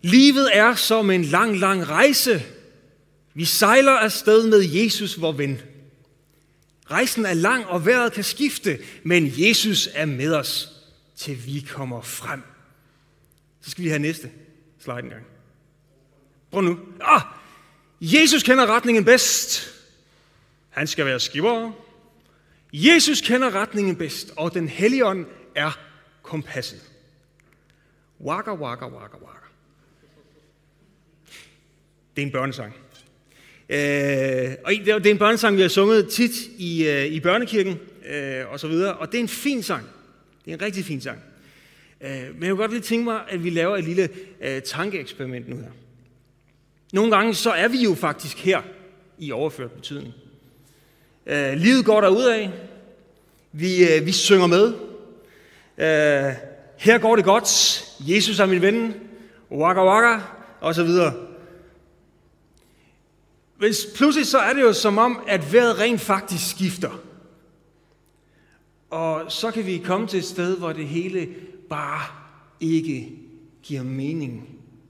Livet er som en lang, lang rejse. Vi sejler afsted med Jesus, vor ven. Rejsen er lang, og vejret kan skifte, men Jesus er med os, til vi kommer frem. Så skal vi have næste slide en gang. Prøv nu. Jesus kender retningen bedst. Han skal være skipper. Jesus kender retningen bedst, og den hellige ånd er kompasset. Waka, waka, waka, waka. Det er en børnesang. Og det er en børnesang, vi har sunget tit i børnekirken og så videre. Og det er en fin sang. Det er en rigtig fin sang. Men jeg kunne godt lige tænke mig, at vi laver et lille tankeeksperiment nu her. Nogle gange så er vi jo faktisk her i overført betydning. Livet går derudad. Vi synger med. Her går det godt. Jesus er min ven. Waka waka. Og så videre. Men pludselig så er det jo som om, at vejret rent faktisk skifter. Og så kan vi komme til et sted, hvor det hele bare ikke giver mening.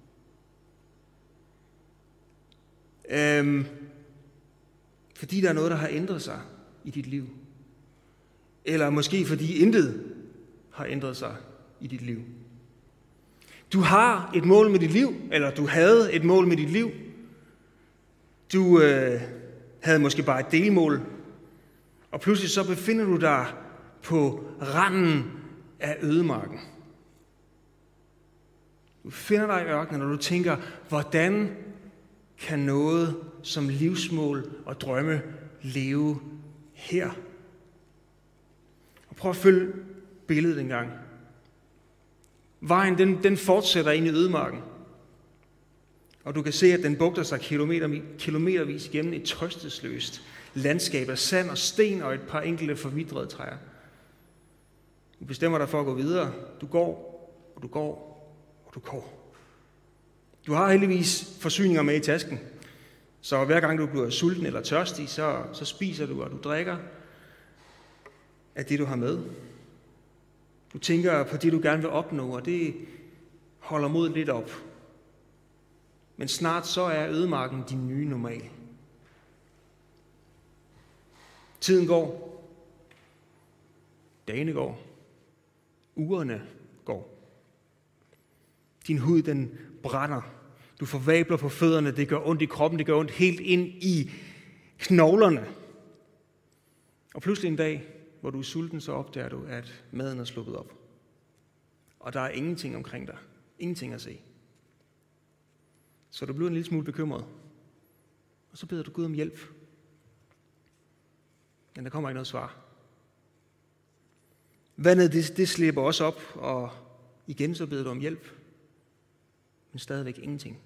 Fordi der er noget, der har ændret sig i dit liv. Eller måske fordi intet har ændret sig i dit liv. Du har et mål med dit liv, eller du havde et mål med dit liv. Du havde måske bare et delmål, og pludselig så befinder du dig på randen af ødemarken. Du finder dig i ørkenen, og du tænker, hvordan kan noget som livsmål og drømme leve her? Og prøv at følge billedet en gang. Vejen, den fortsætter ind i ødemarken. Og du kan se, at den bugter sig kilometervis igennem et trøstesløst landskab af sand og sten og et par enkelte forvidrede træer. Du bestemmer dig for at gå videre. Du går, og du går, og du går. Du har heldigvis forsyninger med i tasken. Så hver gang du bliver sulten eller tørstig, så spiser du, og du drikker af det, du har med. Du tænker på det, du gerne vil opnå, og det holder modet lidt op. Men snart så er ødemarken din nye normal. Tiden går. Dagene går. Ugerne går. Din hud, den brænder. Du får vabler på fødderne. Det gør ondt i kroppen. Det gør ondt helt ind i knoglerne. Og pludselig en dag, hvor du er sulten, så opdager du, at maden er sluppet op. Og der er ingenting omkring dig. Ingenting at se. Så du bliver en lille smule bekymret. Og så beder du Gud om hjælp. Men der kommer ikke noget svar. Vandet, det slipper også op, og igen så beder du om hjælp. Men stadigvæk ingenting.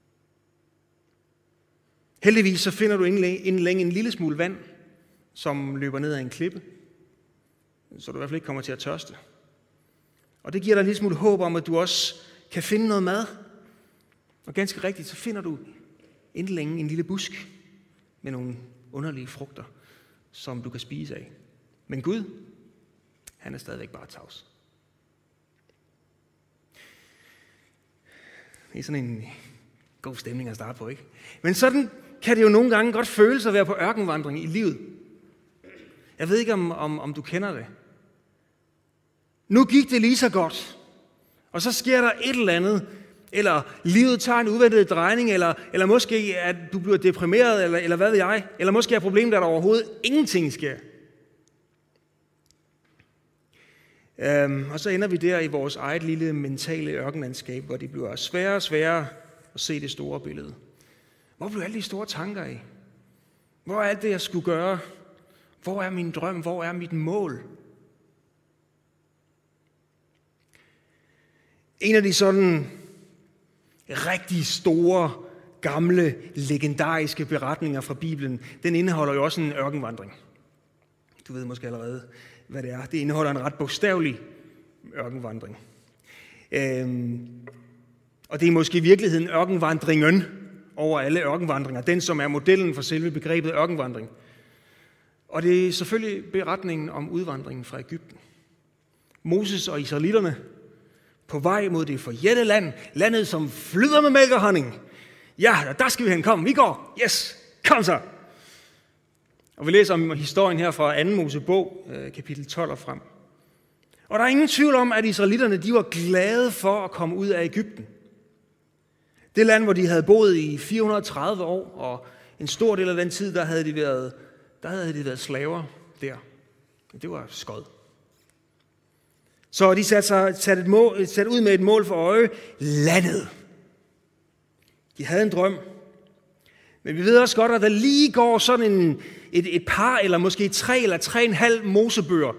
Heldigvis så finder du inden længe en lille smule vand, som løber ned ad en klippe, så du i hvert fald ikke kommer til at tørste. Og det giver dig en lille smule håb om, at du også kan finde noget mad. Og ganske rigtigt, så finder du inden længe en lille busk med nogle underlige frugter, som du kan spise af. Men Gud, han er stadigvæk bare tavs. Det er sådan en god stemning at starte på, ikke? Men sådan kan det jo nogle gange godt føles at være på ørkenvandring i livet. Jeg ved ikke, om du kender det. Nu gik det lige så godt, og så sker der et eller andet, eller livet tager en uventet drejning, eller måske at du bliver deprimeret, eller hvad ved jeg, eller måske er problemet, at der overhovedet ingenting sker. Og så ender vi der i vores eget lille mentale ørkenlandskab, hvor det bliver sværere og sværere at se det store billede. Hvor bliver alle de store tanker af? Hvor er alt det, jeg skulle gøre? Hvor er min drøm? Hvor er mit mål? En af de sådan rigtig store, gamle, legendariske beretninger fra Bibelen, den indeholder jo også en ørkenvandring. Du ved måske allerede, hvad det er. Det indeholder en ret bogstavelig ørkenvandring. Og det er måske i virkeligheden ørkenvandringen over alle ørkenvandringer. Den, som er modellen for selve begrebet ørkenvandring. Og det er selvfølgelig beretningen om udvandringen fra Egypten. Moses og israelitterne på vej mod det forjættede land, landet som flyder med mælk og honning. Ja, der skal vi hen. Kom, vi går. Yes, kom så. Og vi læser om historien her fra 2. Mosebog, kapitel 12 og frem. Og der er ingen tvivl om, at israelitterne de var glade for at komme ud af Egypten. Det land, hvor de havde boet i 430 år, og en stor del af den tid, der havde de været slaver der. Det var skød. Så de satte ud med et mål for øje, landet. De havde en drøm. Men vi ved også godt, at der lige går sådan et par, eller måske 3 eller 3,5 mosebøger,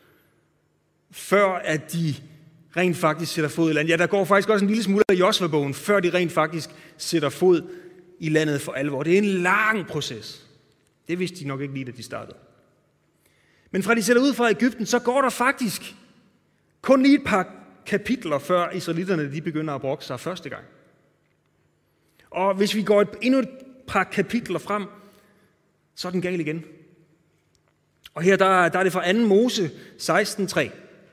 før at de rent faktisk sætter fod i landet. Ja, der går faktisk også en lille smule af Josva-bogen, før de rent faktisk sætter fod i landet for alvor. Det er en lang proces. Det vidste de nok ikke lige, da de startede. Men fra de sætter ud fra Egypten, så går der faktisk kun lige et par kapitler, før israelitterne de begynder at brokke sig første gang. Og hvis vi går endnu et par kapitler frem, så er den gal igen. Og her der er det fra 2. Mose 16:3.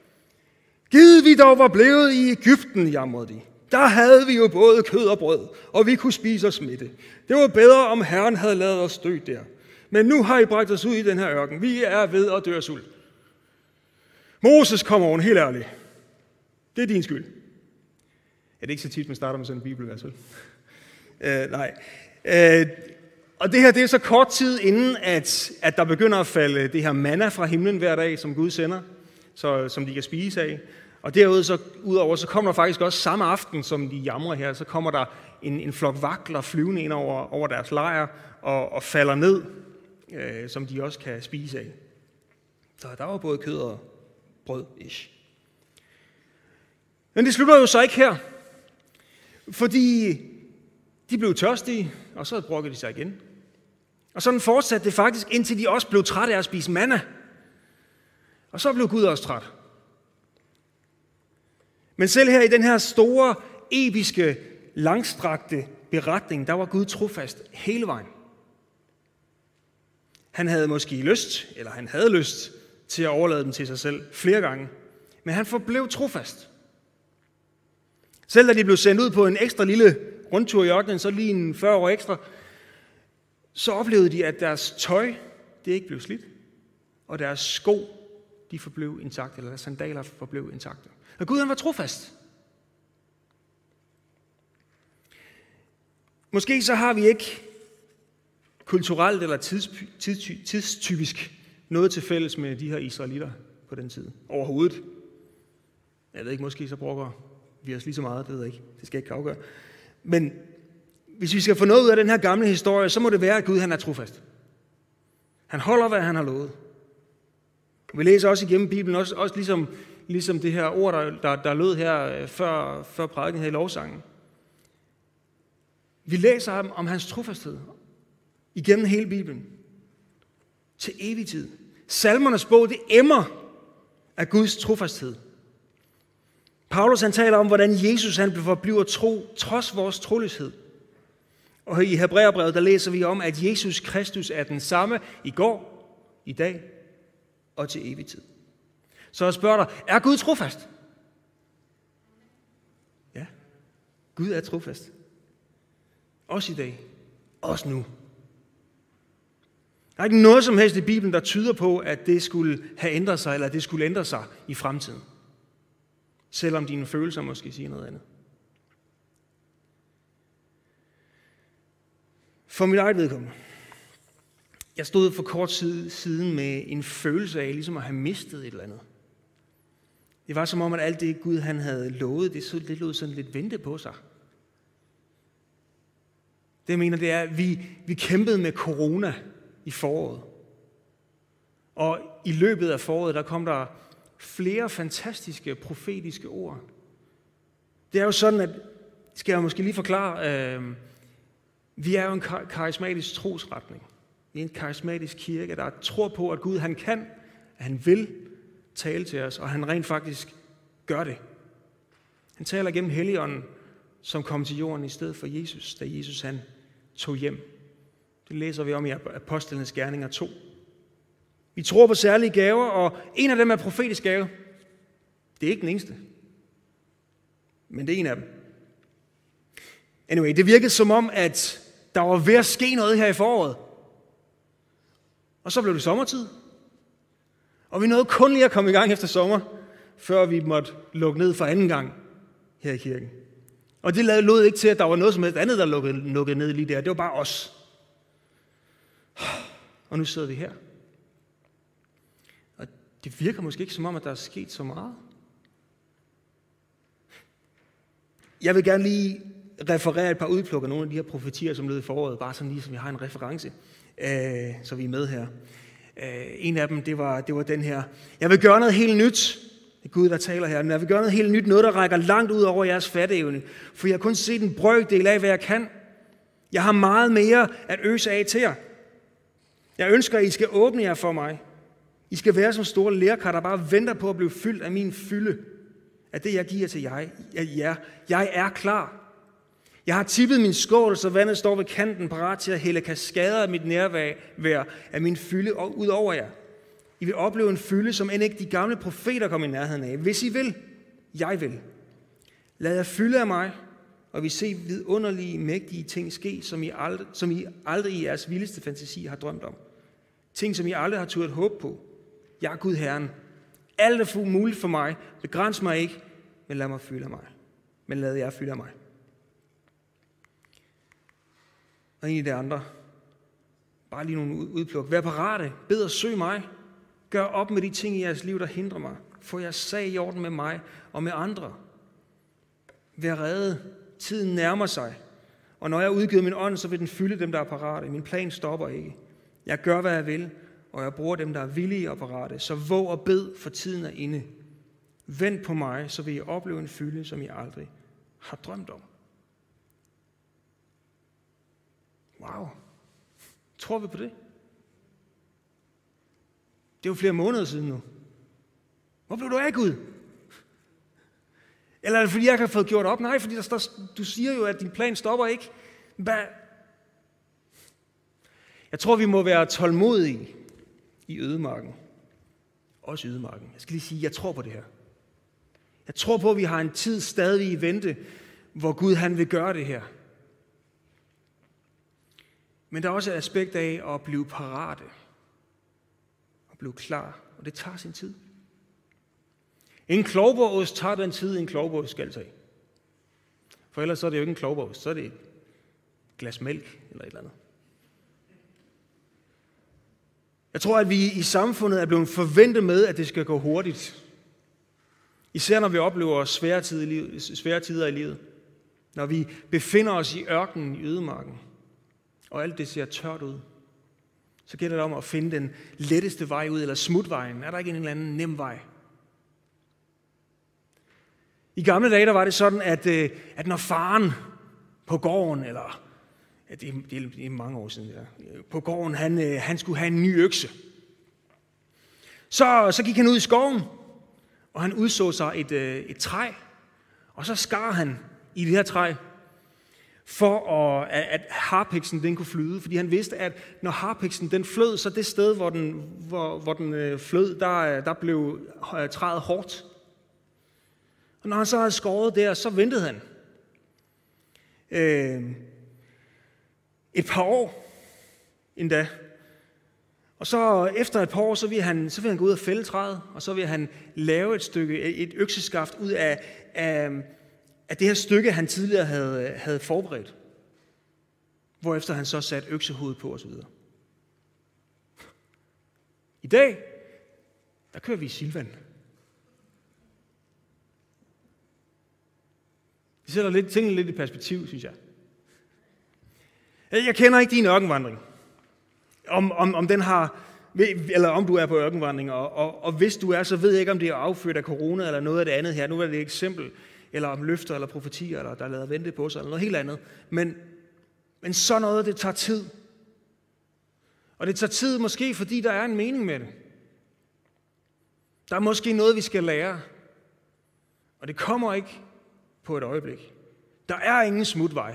Gid vi dog var blevet i Egypten, jamrede de. Der havde vi jo både kød og brød, og vi kunne spise os mætte. Det var bedre, om Herren havde ladet os dø der. Men nu har I bragt os ud i den her ørken. Vi er ved at dø af sult. Moses kommer oven, helt ærligt. Det er din skyld. Ja, det er ikke så tit, man starter med sådan en bibelvers, vel? Nej. Og det her, det er så kort tid inden, at der begynder at falde det her manna fra himlen hver dag, som Gud sender, som de kan spise af. Og udover så kommer der faktisk også samme aften, som de jamrer her, så kommer der en flok vakler flyvende ind over deres lejr og falder ned, som de også kan spise af. Så der var både kød og brød-ish. Men det slutter jo så ikke her, fordi de blev tørstige, og så brokkede de sig igen. Og sådan fortsatte det faktisk, indtil de også blev trætte af at spise manna. Og så blev Gud også træt. Men selv her i den her store, episke, langstrakte beretning, der var Gud trofast hele vejen. Han havde måske lyst, eller han havde lyst til at overlade dem til sig selv flere gange. Men han forblev trofast. Selv da de blev sendt ud på en ekstra lille rundtur i ørkenen, så lige en 40 år ekstra, så oplevede de, at deres tøj, det ikke blev slidt, og deres sko, de forblev intakte, eller deres sandaler forblev intakte. Og Gud, han var trofast. Måske så har vi ikke kulturelt eller tidstypisk noget til fælles med de her israelitter på den tid. Overhovedet. Jeg ved ikke, måske så brokker vi os lige så meget, det ved jeg ikke. Det skal jeg ikke afgøre. Men hvis vi skal få noget ud af den her gamle historie, så må det være, at Gud han er trofast. Han holder, hvad han har lovet. Vi læser også igennem Bibelen, også ligesom det her ord, der lød her før prædiken her i lovsangen. Vi læser om hans trofasthed igennem hele Bibelen. Til evig tid. Salmernes bog, det emmer af Guds trofasthed. Paulus han taler om, hvordan Jesus han forbliver tro, trods vores troløshed. Og i Hebræerbrevet, der læser vi om, at Jesus Kristus er den samme i går, i dag og til evig tid. Så jeg spørger dig, er Gud trofast? Ja, Gud er trofast. Også i dag. Også nu. Der er ikke noget som helst i Bibelen, der tyder på, at det skulle have ændret sig, eller at det skulle ændre sig i fremtiden. Selvom dine følelser måske siger noget andet. For mit eget vedkommende. Jeg stod for kort tid siden med en følelse af ligesom at have mistet et eller andet. Det var som om, at alt det Gud han havde lovet, det lod sådan lidt vente på sig. Det jeg mener, det er, at vi kæmpede med corona i foråret. Og i løbet af foråret, der kom der flere fantastiske profetiske ord. Det er jo sådan, at, skal jeg måske lige forklare, vi er jo en karismatisk trosretning. Vi er en karismatisk kirke, der tror på, at Gud han kan, at han vil tale til os, og han rent faktisk gør det. Han taler gennem Helligånden, som kom til jorden i stedet for Jesus, da Jesus han tog hjem. Det læser vi om i Apostlenes Gerninger 2. Vi tror på særlige gaver, og en af dem er profetisk gave. Det er ikke den eneste. Men det er en af dem. Anyway, det virkede som om, at der var ved at ske noget her i foråret. Og så blev det sommertid. Og vi nåede kun lige at komme i gang efter sommer, før vi måtte lukke ned for anden gang her i kirken. Og det lod ikke til, at der var noget som helst andet, der lukkede ned lige der. Det var bare os. Og nu sidder vi her. Og det virker måske ikke som om, at der er sket så meget. Jeg vil gerne lige referere et par udpluk af nogle af de her profetier, som lød i foråret, bare sådan lige, som jeg har en reference, så vi er med her. En af dem, det var den her. Jeg vil gøre noget helt nyt. Det er Gud, der taler her. Jeg vil gøre noget helt nyt, noget, der rækker langt ud over jeres fatteevne. For jeg har kun set en brøkdel af, hvad jeg kan. Jeg har meget mere at øse af til jer. Jeg ønsker, at I skal åbne jer for mig. I skal være som store lerkar, der bare venter på at blive fyldt af min fylde. Af det, jeg giver til jer. Jeg er klar. Jeg har tippet min skål, så vandet står ved kanten, parat til at hælde kaskader af mit nærvær af min fylde ud over jer. I vil opleve en fylde, som end ikke de gamle profeter kom i nærheden af. Hvis I vil, jeg vil. Lad jer fylde af mig, og vi se vidunderlige, mægtige ting ske, som I aldrig i jeres vildeste fantasi har drømt om. Ting, som I aldrig har turde håbe på. Jeg er Gud Herren. Alt er muligt for mig. Begræns mig ikke, men lad mig fylde af mig. Men lad jer fylde af mig. Og en i det andre. Bare lige nogle udpluk. Vær parate. Bed og søg mig. Gør op med de ting i jeres liv, der hindrer mig. Få jeres sag i orden med mig og med andre. Vær rede. Tiden nærmer sig. Og når jeg udgiver min ånd, så vil den fylde dem, der er parate. Min plan stopper ikke. Jeg gør, hvad jeg vil, og jeg bruger dem, der er villige og parate. Så våg og bed, for tiden er inde. Vent på mig, så vil I opleve en fylde, som I aldrig har drømt om. Wow. Tror vi på det? Det er jo flere måneder siden nu. Hvor blev du af, Gud? Eller er det fordi, jeg ikke har fået gjort op? Nej, fordi du siger jo, at din plan stopper ikke. Jeg tror, vi må være tålmodige i ødemarken. Også i ødemarken. Jeg skal lige sige, jeg tror på det her. Jeg tror på, at vi har en tid stadig i vente, hvor Gud han vil gøre det her. Men der er også et aspekt af at blive parate. Og blive klar. Og det tager sin tid. En klovbordost tager den tid, en klovbordost skal tage. For ellers så er det jo ikke en klovbordost, så er det et glas mælk eller et eller andet. Jeg tror, at vi i samfundet er blevet forventet med, at det skal gå hurtigt. Især når vi oplever svære tider i livet. Når vi befinder os i ørkenen i ødemarken, og alt det ser tørt ud, så gælder det om at finde den letteste vej ud, eller smutvejen. Er der ikke en eller anden nem vej? I gamle dage der var det sådan, at når faren på gården, eller ja, det er mange år siden, på gården, han skulle have en ny økse. Så gik han ud i skoven, og han udså sig et træ, og så skar han i det her træ, for at harpiksen den kunne flyde. Fordi han vidste, at når harpiksen den flød, så det sted, hvor den flød, der blev træet hårdt. Og når han så havde skåret der, så ventede han et par år endda. Og så efter et par år, så vil han gå ud og fælde træet, og så vil han lave et økseskaft ud af det her stykke, han tidligere havde forberedt. Hvorefter han så satte øksehovedet på osv. I dag, der kører vi i Silvan. Det sætter tingene lidt i perspektiv, synes jeg. Jeg kender ikke din ørkenvandring. Om den har, eller om du er på ørkenvandring, og hvis du er, så ved jeg ikke, om det er affødt af corona eller noget af det andet her. Nu er det et eksempel, eller om løfter eller profetier, eller der lader vente på sig, eller noget helt andet. Men så noget, det tager tid. Og det tager tid måske, fordi der er en mening med det. Der er måske noget, vi skal lære. Og det kommer ikke på et øjeblik. Der er ingen smutvej.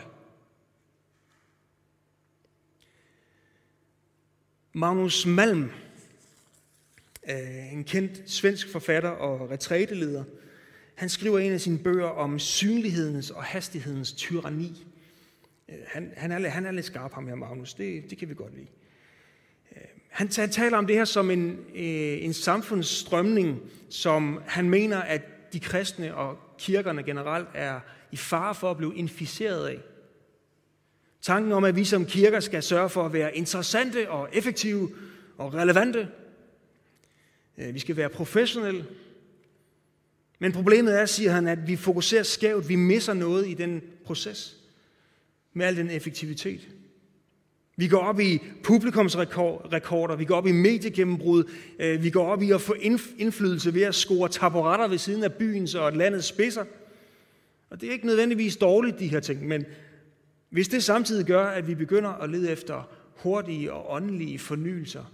Magnus Malm, en kendt svensk forfatter og retræteleder, Han skriver en af sine bøger om synlighedens og hastighedens tyranni. Han er lidt skarp, ham her Magnus. Det kan vi godt lide. Han taler om det her som en samfundsstrømning, som han mener, at de kristne og kirkerne generelt er i fare for at blive inficeret af. Tanken om, at vi som kirker skal sørge for at være interessante og effektive og relevante. Vi skal være professionelle. Men problemet er, siger han, at vi fokuserer skævt. Vi misser noget i den proces med al den effektivitet. Vi går op i publikumsrekorder, vi går op i mediegennembrud, vi går op i at få indflydelse ved at score taburetter ved siden af byens og landets spidser. Og det er ikke nødvendigvis dårligt, de her ting, men hvis det samtidig gør, at vi begynder at lede efter hurtige og åndelige fornyelser,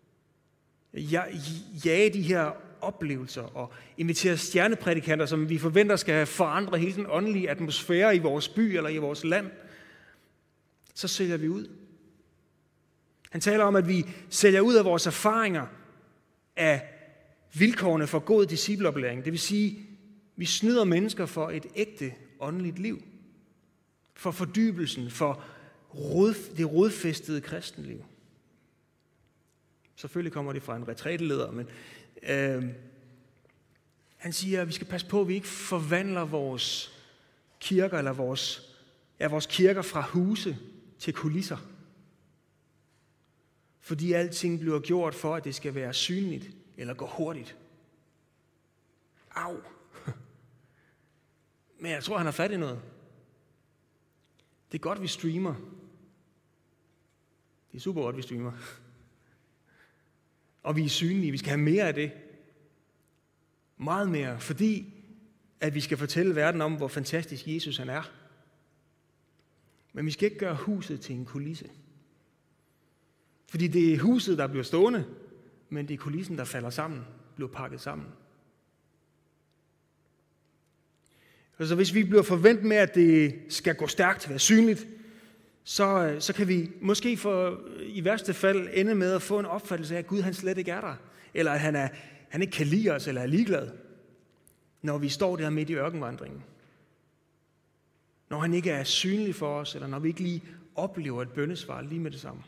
jage de her oplevelser og invitere stjerneprædikanter, som vi forventer skal forandre hele den åndelige atmosfære i vores by eller i vores land, så sælger vi ud. Han taler om, at vi sælger ud af vores erfaringer af vilkårene for god discipleoplæring. Det vil sige, vi snyder mennesker for et ægte åndeligt liv. For fordybelsen, for det rodfæstede kristenliv. Selvfølgelig kommer det fra en retræteleder, men han siger, at vi skal passe på, at vi ikke forvandler vores kirker eller vores kirker fra huse til kulisser. Fordi alting bliver gjort for, at det skal være synligt eller gå hurtigt. Au! Men jeg tror, han har fat i noget. Det er godt, vi streamer. Det er super godt, vi streamer. Og vi er synlige. Vi skal have mere af det. Meget mere. Fordi at vi skal fortælle verden om, hvor fantastisk Jesus han er. Men vi skal ikke gøre huset til en kulisse. Fordi det er huset, der bliver stående, men det er kulissen, der falder sammen, bliver pakket sammen. Altså hvis vi bliver forventet med, at det skal gå stærkt, være synligt, så kan vi måske i værste fald ende med at få en opfattelse af, at Gud han slet ikke er der. Eller at han ikke kan lide os, eller er ligeglad, når vi står der midt i ørkenvandringen. Når han ikke er synlig for os, eller når vi ikke lige oplever et bønnesvar lige med det samme.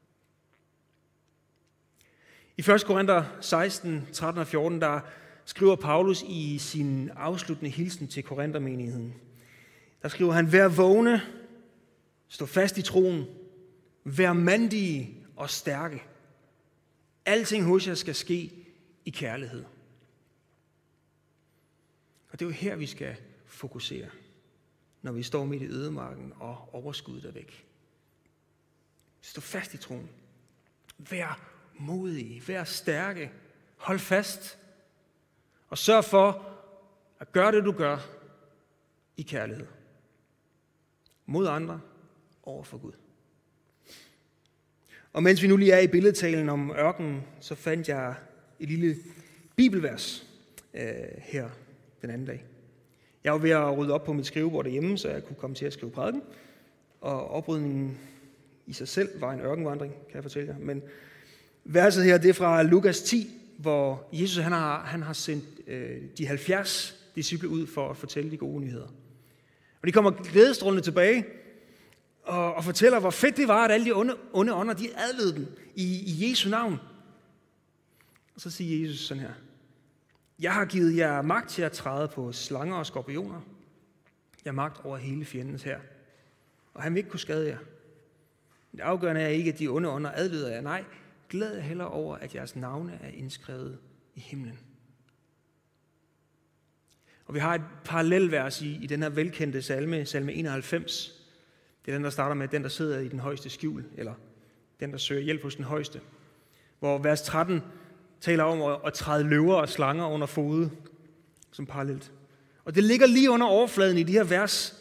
I 1. Korinther 16, 13 og 14, der skriver Paulus i sin afsluttende hilsen til Korinthermenigheden. Der skriver han, vær vågne, stå fast i troen, vær mandige og stærke. Alting hos jer skal ske i kærlighed. Og det er jo her, vi skal fokusere, når vi står midt i ødemarken og overskuddet er væk. Stå fast i troen. Vær modige, vær stærke, hold fast og sørg for at gøre det, du gør i kærlighed. Mod andre, over for Gud. Og mens vi nu lige er i billedtalen om ørkenen, så fandt jeg et lille bibelvers her den anden dag. Jeg var ved at rydde op på mit skrivebord derhjemme, så jeg kunne komme til at skrive prædiken. Og oprydningen i sig selv var en ørkenvandring, kan jeg fortælle jer. Men verset her, det er fra Lukas 10, hvor Jesus han har sendt de 70 disciple ud for at fortælle de gode nyheder. Og de kommer glædestrålende tilbage og fortæller, hvor fedt det var, at alle de onde ånder, de adlød dem i Jesu navn. Og så siger Jesus sådan her. Jeg har givet jer magt til at træde på slanger og skorpioner. Jeg har magt over hele fjendens hær. Og han vil ikke kunne skade jer. Det afgørende er ikke, at de onde ånder adlyder jer. Nej, glæd jer heller over, at jeres navne er indskrevet i himlen. Og vi har et parallelvers i den her velkendte salme 91. Det er den, der starter med, den, der sidder i den højeste skjul, eller den, der søger hjælp hos den højeste. Hvor vers 13 taler om at træde løver og slanger under fode, som parallelt. Og det ligger lige under overfladen i de her vers,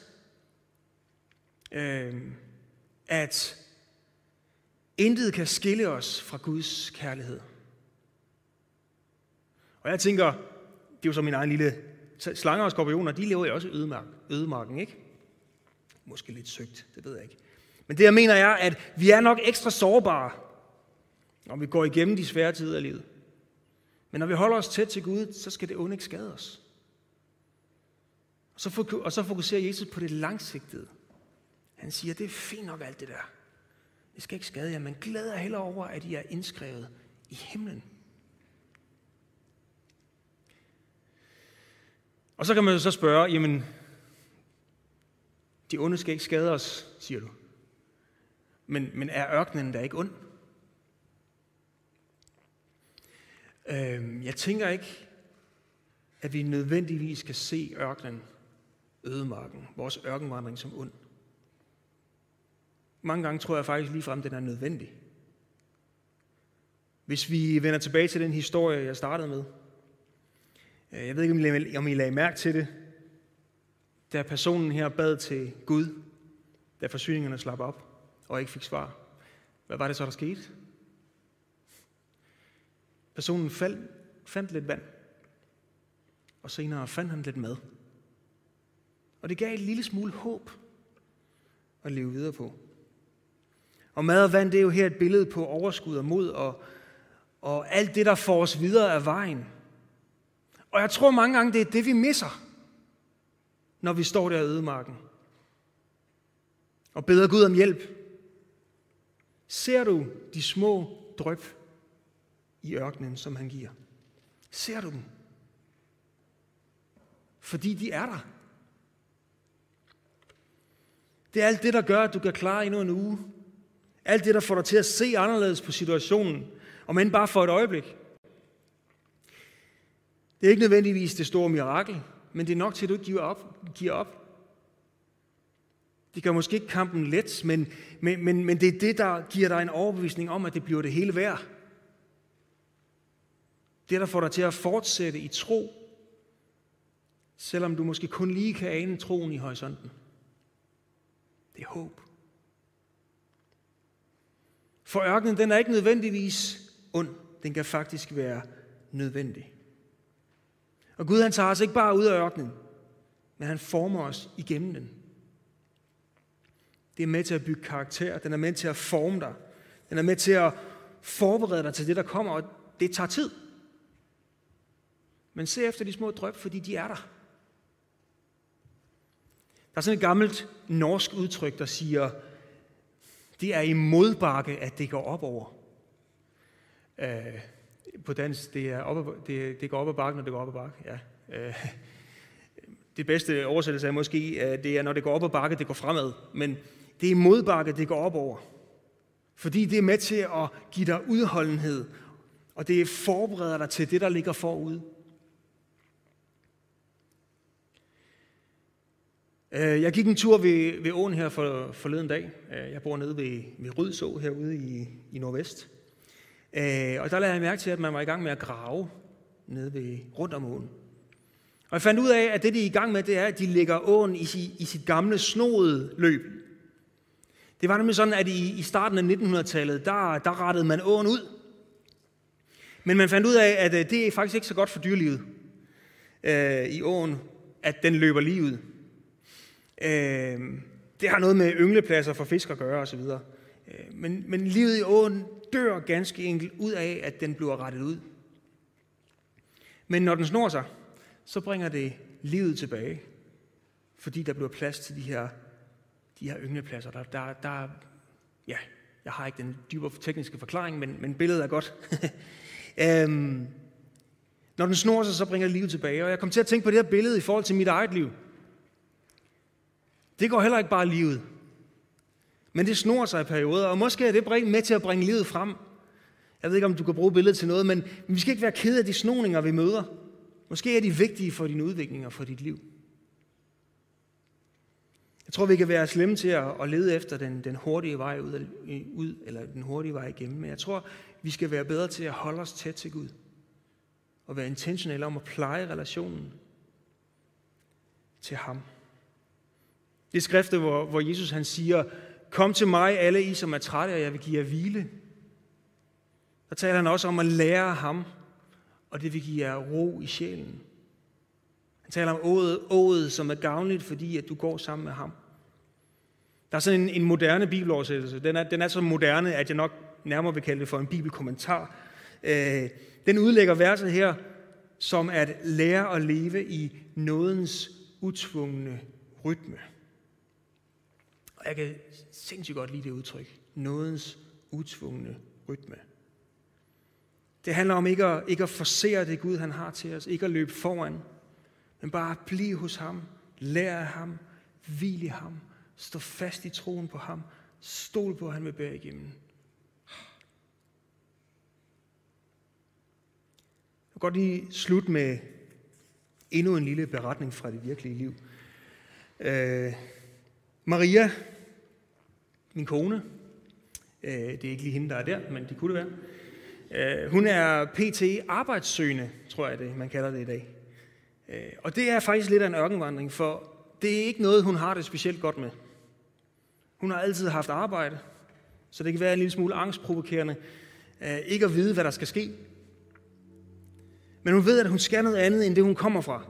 at intet kan skille os fra Guds kærlighed. Og jeg tænker, det er jo så min egen lille slanger og skorpioner, de lever jo også i ødemarken, ikke? Måske lidt søgt, det ved jeg ikke. Men det jeg mener er, at vi er nok ekstra sårbare, når vi går igennem de svære tider af livet. Men når vi holder os tæt til Gud, så skal det onde ikke skade os. Og så fokuserer Jesus på det langsigtede. Han siger, det er fint nok alt det der. Det skal ikke skade jer, men glæd jer hellere over, at I er indskrevet i himlen. Og så kan man jo så spørge, jamen, de onde skal ikke skade os, siger du. Men er ørkenen da ikke ond? Jeg tænker ikke, at vi nødvendigvis skal se ørkenen, ødemarken, vores ørkenvandring som ond. Mange gange tror jeg faktisk ligefrem, den er nødvendig. Hvis vi vender tilbage til den historie, jeg startede med. Jeg ved ikke, om I lagde mærke til det, da personen her bad til Gud, da forsyningerne slap op og ikke fik svar. Hvad var det så, der skete? Personen fandt lidt vand, og senere fandt han lidt mad. Og det gav et lille smule håb at leve videre på. Og mad og vand, det er jo her et billede på overskud og mod, og alt det, der får os videre af vejen. Og jeg tror mange gange, det er det, vi misser, når vi står der i ødemarken og beder Gud om hjælp. Ser du de små dryp i ørkenen, som han giver? Ser du dem? Fordi de er der. Det er alt det, der gør, at du kan klare endnu en uge. Alt det, der får dig til at se anderledes på situationen, om end bare for et øjeblik. Det er ikke nødvendigvis det store mirakel, men det er nok til, at du ikke giver op. Det gør måske ikke kampen let, men det er det, der giver dig en overbevisning om, at det bliver det hele værd. Det, der får dig til at fortsætte i tro, selvom du måske kun lige kan ane troen i horisonten. Det er håb. For ørkenen, den er ikke nødvendigvis ond. Den kan faktisk være nødvendig. Og Gud, han tager os ikke bare ud af ørkenen, men han former os igennem den. Det er med til at bygge karakter. Den er med til at forme dig. Den er med til at forberede dig til det, der kommer, og det tager tid. Men se efter de små dryp, fordi de er der. Der er sådan et gammelt norsk udtryk, der siger, det er i modbakke, at det går op over. På dansk, det går op ad bakken, når det går op ad bakke. Ja. Det bedste oversættelse er måske, det er, når det går op ad bakke, det går fremad. Men det er i modbakke, det går op over. Fordi det er med til at give dig udholdenhed, og det forbereder dig til det, der ligger forud. Jeg gik en tur ved åen her forleden dag. Jeg bor nede ved Rydså herude i Nordvest. Og der lagde jeg mærke til, at man var i gang med at grave nede rundt om åen. Og jeg fandt ud af, at det, de er i gang med, det er, at de lægger åen i sit gamle snoede løb. Det var nemlig sådan, at i starten af 1900-tallet, der rettede man åen ud. Men man fandt ud af, at det er faktisk ikke så godt for dyrelivet i åen, at den løber lige ud. Det har noget med ynglepladser for fisk at gøre osv. Men livet i åen dør ganske enkelt ud af, at den bliver rettet ud. Men når den snor sig, så bringer det livet tilbage, fordi der bliver plads til de her ynglepladser. Ja, jeg har ikke den dybere tekniske forklaring, men billedet er godt. Når den snor sig, så bringer det livet tilbage. Og jeg kom til at tænke på det her billede i forhold til mit eget liv. Det går heller ikke bare livet. Men det snor sig i perioder, og måske er det med til at bringe livet frem. Jeg ved ikke, om du kan bruge billedet til noget, men vi skal ikke være kede af de snoninger, vi møder. Måske er de vigtige for din udvikling og for dit liv. Jeg tror, vi kan være slemme til at lede efter den hurtige vej ud, eller den hurtige vej igennem. Men jeg tror, vi skal være bedre til at holde os tæt til Gud. Og være intentionelle om at pleje relationen til ham. Det er skriftet, hvor Jesus han siger, kom til mig, alle I, som er trætte, og jeg vil give jer hvile. Der taler han også om at lære ham, og det vil give jer ro i sjælen. Han taler om ået, som er gavnligt, fordi at du går sammen med ham. Der er sådan en moderne bibeloversættelse. Den er så moderne, at jeg nok nærmere vil kalde det for en bibelkommentar. Den udlægger verset her som at lære at leve i nådens utvungne rytme. Og jeg kan sindssygt godt lide det udtryk. Nådens utvungne rytme. Det handler om ikke at forsere det Gud, han har til os. Ikke at løbe foran, men bare at blive hos ham. Lære af ham. Hvil i ham. Stå fast i troen på ham. Stol på, at han vil bære igennem. Jeg vil godt lige slutte med endnu en lille beretning fra det virkelige liv. Maria, min kone, det er ikke lige hende, der er der, men det kunne det være. Hun er pt. Arbejdssøgende, tror jeg det, man kalder det i dag. Og det er faktisk lidt af en ørkenvandring, for det er ikke noget, hun har det specielt godt med. Hun har altid haft arbejde, så det kan være en lille smule angstprovokerende ikke at vide, hvad der skal ske. Men hun ved, at hun skal noget andet, end det hun kommer fra.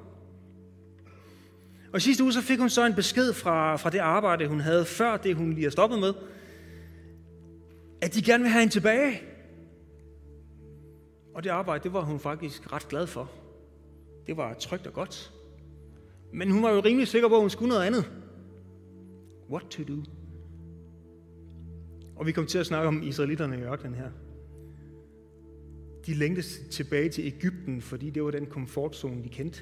Og sidste uge så fik hun så en besked fra det arbejde, hun havde før det, hun lige har stoppet med, at de gerne vil have hende tilbage. Og det arbejde, det var hun faktisk ret glad for. Det var trygt og godt. Men hun var jo rimelig sikker på, at hun skulle noget andet. What to do? Og vi kom til at snakke om israelitterne i ørkenen her. De længtes tilbage til Egypten, fordi det var den komfortzone, de kendte.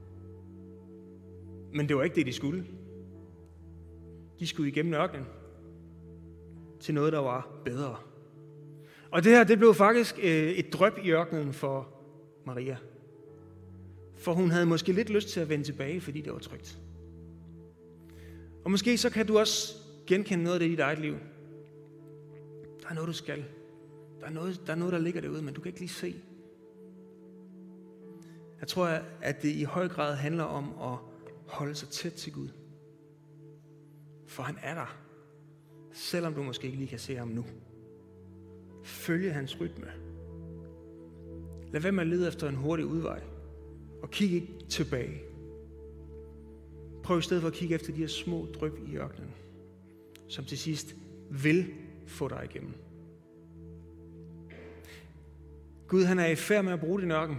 Men det var ikke det, de skulle. De skulle igennem ørkenen til noget, der var bedre. Og det her, det blev faktisk et dryp i ørkenen for Maria. For hun havde måske lidt lyst til at vende tilbage, fordi det var trygt. Og måske så kan du også genkende noget af det i dit eget liv. Der er noget, du skal. Der er noget, der ligger derude, men du kan ikke lige se. Jeg tror, at det i høj grad handler om at holde sig tæt til Gud. For han er der, selvom du måske ikke lige kan se ham nu. Følge hans rytme. Lad være med at lede efter en hurtig udvej. Og kig ikke tilbage. Prøv i stedet for at kigge efter de her små dryp i ørkenen, som til sidst vil få dig igennem. Gud, han er i færd med at bruge din ørken.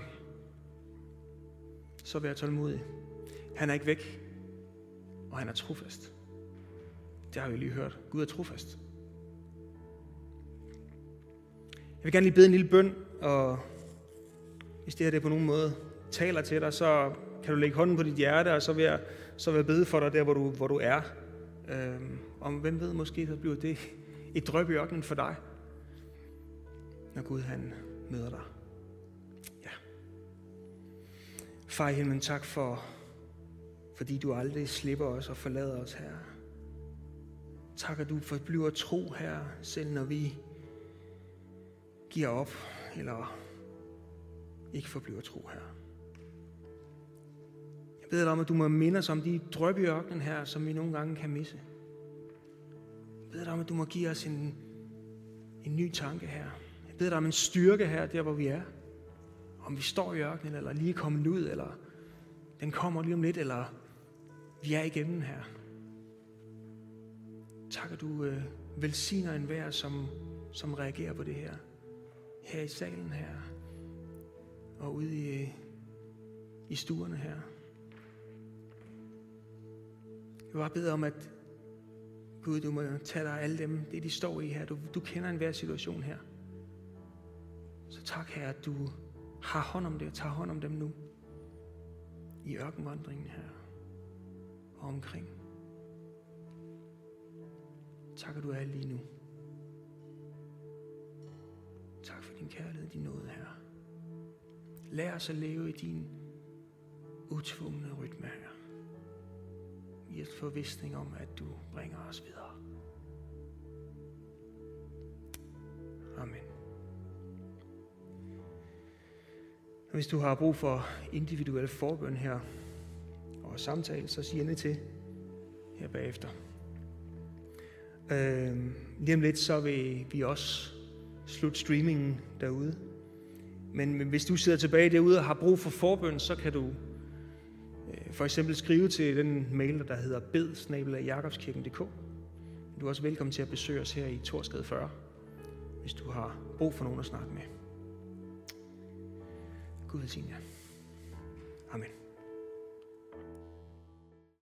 Så vær tålmodig. Han er ikke væk, og han er trofast. Det har vi lige hørt. Gud er trofast. Jeg vil gerne lige bede en lille bøn, og hvis det her det på nogen måde taler til dig, så kan du lægge hånden på dit hjerte, og så vil jeg bede for dig der, hvor du er. Om hvem ved, måske så bliver det et dryp i ørkenen for dig, når Gud han møder dig. Ja. Far i himlen, tak fordi du aldrig slipper os og forlader os, her. Tak, at du forbliver tro, her, selv når vi giver op, eller ikke forbliver tro, her. Jeg beder dig om, at du må minde os om de dryp i ørkenen her, som vi nogle gange kan misse. Jeg beder dig om, at du må give os en ny tanke her. Jeg beder dig om en styrke her, der hvor vi er. Om vi står i ørkenen, eller lige er kommet ud, eller den kommer lige om lidt, eller vi er igennem her. Tak, at du velsigner enhver, som reagerer på det her. Her i salen her, og ude i stuerne her. Jeg vil bare bede om, at Gud, du må tage dig af alle dem, det de står i her. Du kender enhver situation her. Så tak, Herre, at du har hånd om det og tager hånd om dem nu. I ørkenvandringen her og omkring. Tak, at du er lige nu. Tak for din kærlighed, din nåde, Herre. Lær os at leve i din utvungne rytme, Herre. I et forvisning om, at du bringer os videre. Amen. Og hvis du har brug for individuel forbøn her og samtale, så sig endelig til her bagefter. Lige om lidt, så vil vi også slutte streamingen derude. Men hvis du sidder tilbage derude og har brug for forbøn, så kan du for eksempel skrive til den mail, der hedder bed@jakobskirken.dk. Du er også velkommen til at besøge os her i Torsgade 40, hvis du har brug for nogen at snakke med. Gud velsigne jer. Amen.